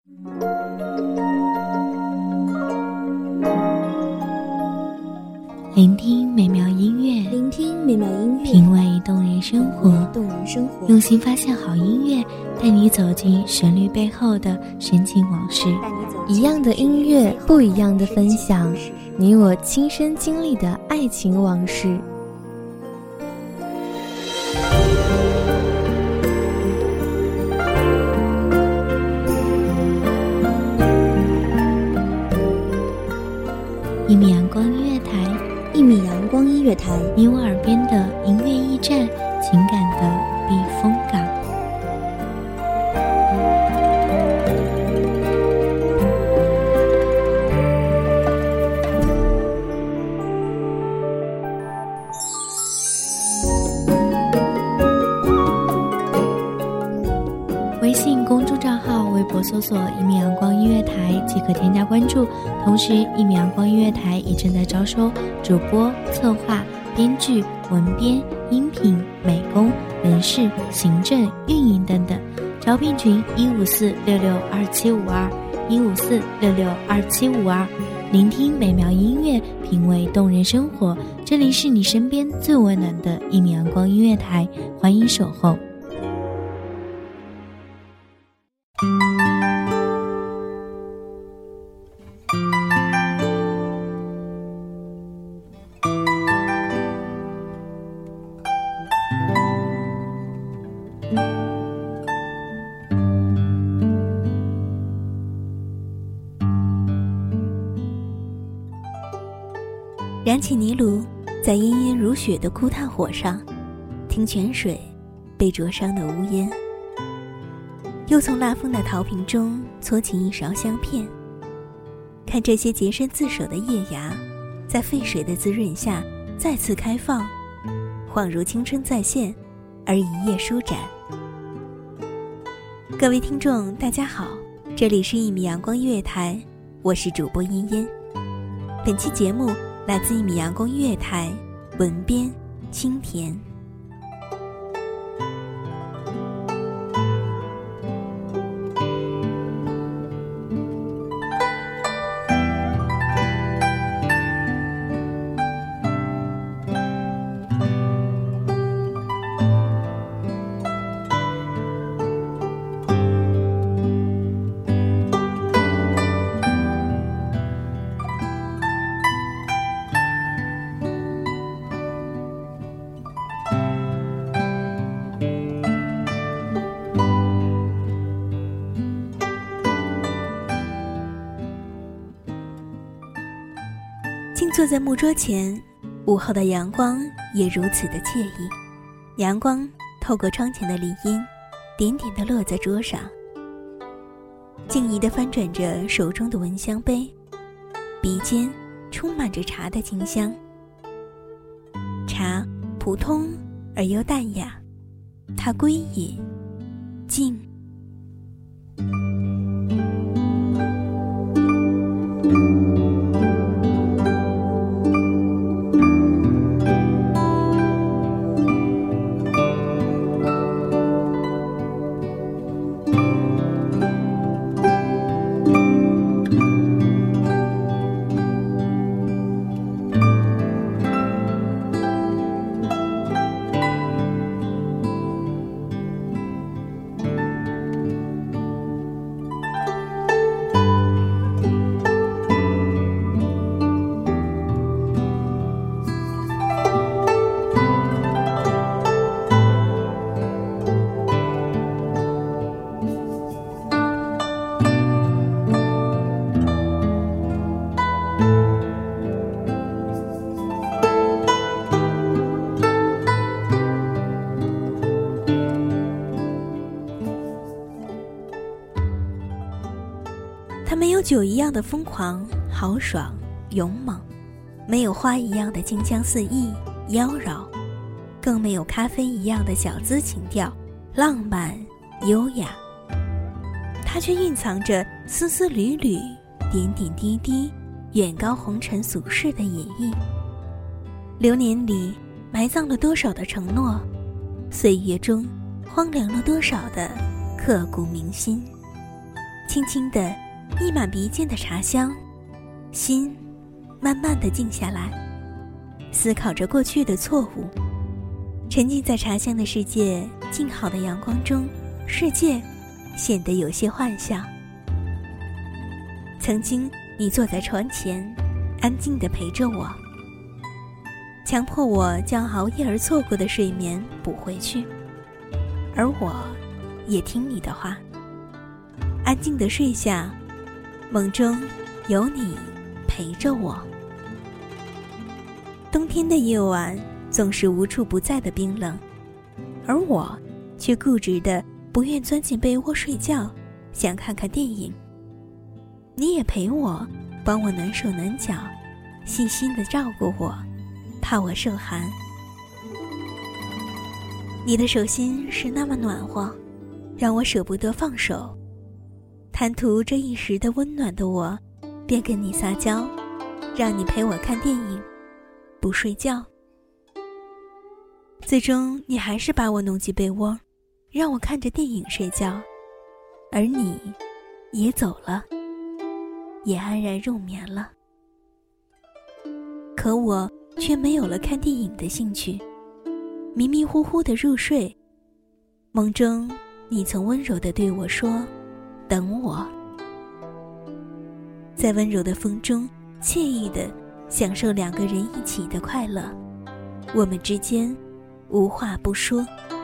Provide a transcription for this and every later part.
聆听美妙音乐，品味动人生活，用心发现好音乐，带你走进旋律背后的深情往事。 一样的音乐，不一样的分享，你我亲身经历的爱情往事。 一米阳光音乐台， 一米阳光音乐台， 你我耳边的音乐驿站，情感的避风港。微信公众账号、微博搜索一米阳光音乐台即可添加关注。同时，一米阳光音乐台也正在招收主播、策划、编剧、文编、音频、美工、人事、行政、运营等等。招聘群154662752，154662752。聆听美妙音乐，品味动人生活。这里是你身边最温暖的一米阳光音乐台，欢迎守候。 燃起泥炉，在炎炎如雪的枯炭火上，听泉水被灼伤的呜咽，又从蜡封的陶瓶中搓起一勺香片，看这些洁身自守的叶芽，在沸水的滋润下再次开放，恍如青春再现，而一夜舒展。各位听众大家好，这里是一米阳光音乐台，我是主播嫣嫣。本期节目来自一米阳光音乐台，文编清甜。静坐在木桌前，午后的阳光也如此的惬意。阳光透过窗前的篱笆，点点地落在桌上。静怡地翻转着手中的蚊香杯，鼻尖充满着茶的清香。茶普通而又淡雅，它归隐静。它没有酒一样的疯狂、豪爽、勇猛，没有花一样的清香四溢、妖娆，更没有咖啡一样的小资情调、浪漫、优雅。它却蕴藏着丝丝缕缕、点点滴滴、远高红尘俗世的隐逸。流年里埋葬了多少的承诺，岁月中荒凉了多少的刻骨铭心。 轻轻地溢满鼻尖的茶香，心慢慢地静下来，思考着过去的错误，沉浸在茶香的世界静好的阳光中，世界显得有些幻想。曾经你坐在床前，安静地陪着我，强迫我将熬夜而错过的睡眠补回去，而我也听你的话，安静地睡下，梦中有你陪着我。冬天的夜晚总是无处不在的冰冷，而我却固执地不愿钻进被窝睡觉，想看看电影。你也陪我，帮我暖手暖脚，细心地照顾我，怕我受寒。你的手心是那么暖和，让我舍不得放手。贪图这一时的温暖的我，便跟你撒娇，让你陪我看电影，不睡觉。最终你还是把我弄进被窝，让我看着电影睡觉，而你也走了，也安然入眠了。可我却没有了看电影的兴趣，迷迷糊糊地入睡。梦中你曾温柔地对我说，等我。在温柔的风中，惬意地享受两个人一起的快乐，我们之间无话不说。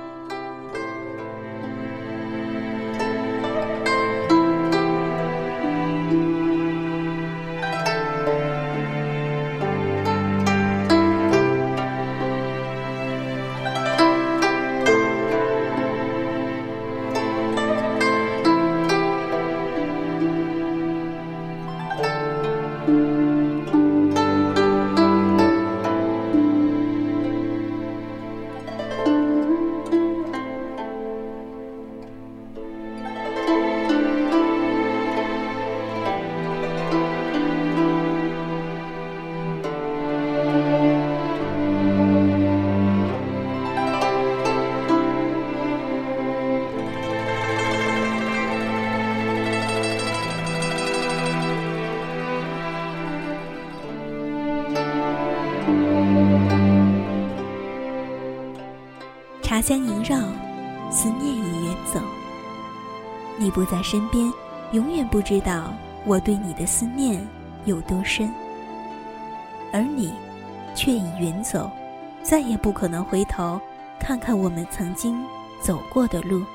茶香萦绕，思念已远走。你不在身边，永远不知道我对你的思念有多深，而你却已远走，再也不可能回头看看我们曾经走过的路。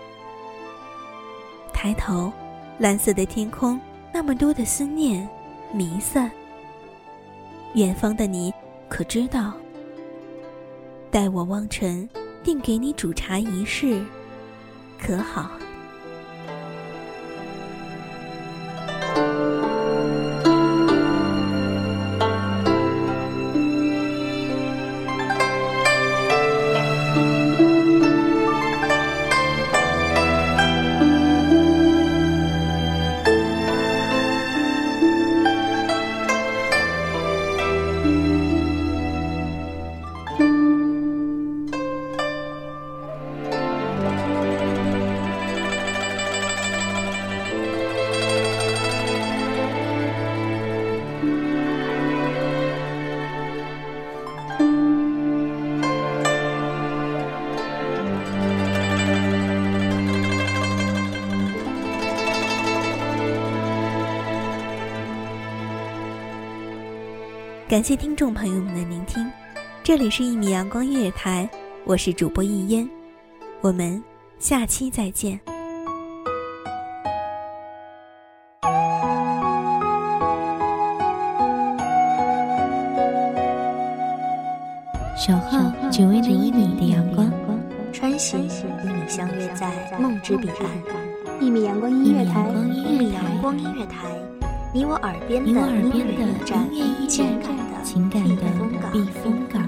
抬头，蓝色的天空，那么多的思念弥散。远方的你可知道，待我望尘，定给你煮茶一事，可好？感谢听众朋友们的聆听，这里是1米阳光音乐台，我是主播一烟，我们下期再见。 守候只为那1米的阳光， 穿行与你相约在梦之彼岸。1米阳光音乐台，1米阳光音乐台，你我耳边的音乐驿站，情感的避风港。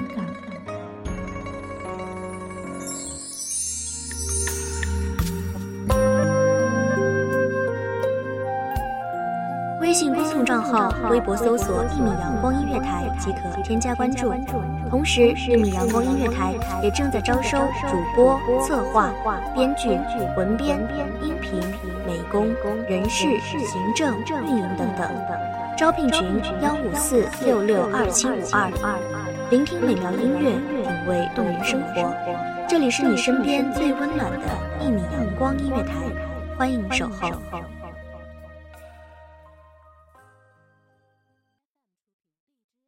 微信公众账号、微博搜索“1米阳光音乐台”即可添加关注。同时，1米阳光音乐台也正在招收主播、策划、编剧、文编、音频、 美工、人事、行政、运营等等。招聘群154662752，聆听美妙音乐，品味动人生活。这里是你身边最温暖的1米阳光音乐台，欢迎守候。